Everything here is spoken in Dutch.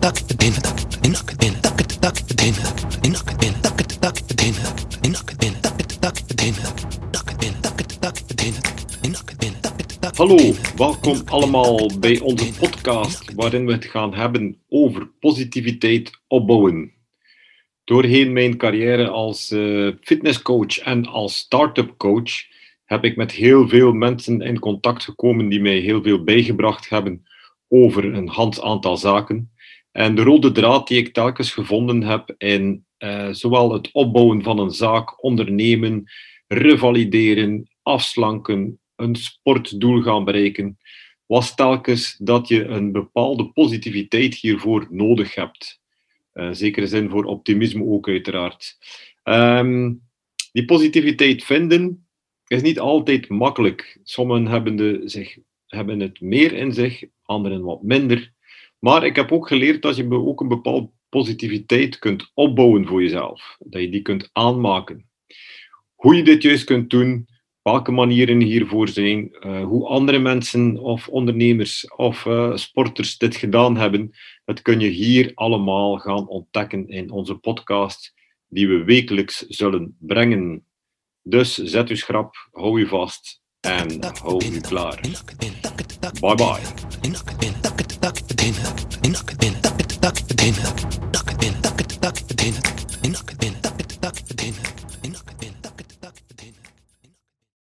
Hallo, welkom allemaal bij onze podcast waarin we het gaan hebben over positiviteit opbouwen. Doorheen mijn carrière als fitnesscoach en als start-up coach heb ik met heel veel mensen in contact gekomen die mij heel veel bijgebracht hebben over een aantal zaken. En de rode draad die ik telkens gevonden heb in zowel het opbouwen van een zaak, ondernemen, revalideren, afslanken, een sportdoel gaan bereiken, was telkens dat je een bepaalde positiviteit hiervoor nodig hebt. Zekere zin voor optimisme ook uiteraard. Die positiviteit vinden is niet altijd makkelijk. Sommigen hebben het meer in zich, anderen wat minder. Maar ik heb ook geleerd dat je ook een bepaalde positiviteit kunt opbouwen voor jezelf. Dat je die kunt aanmaken. Hoe je dit juist kunt doen, welke manieren hiervoor zijn, hoe andere mensen of ondernemers of sporters dit gedaan hebben, dat kun je hier allemaal gaan ontdekken in onze podcast die we wekelijks zullen brengen. Dus zet u schrap, hou u vast en hou u klaar. Bye bye.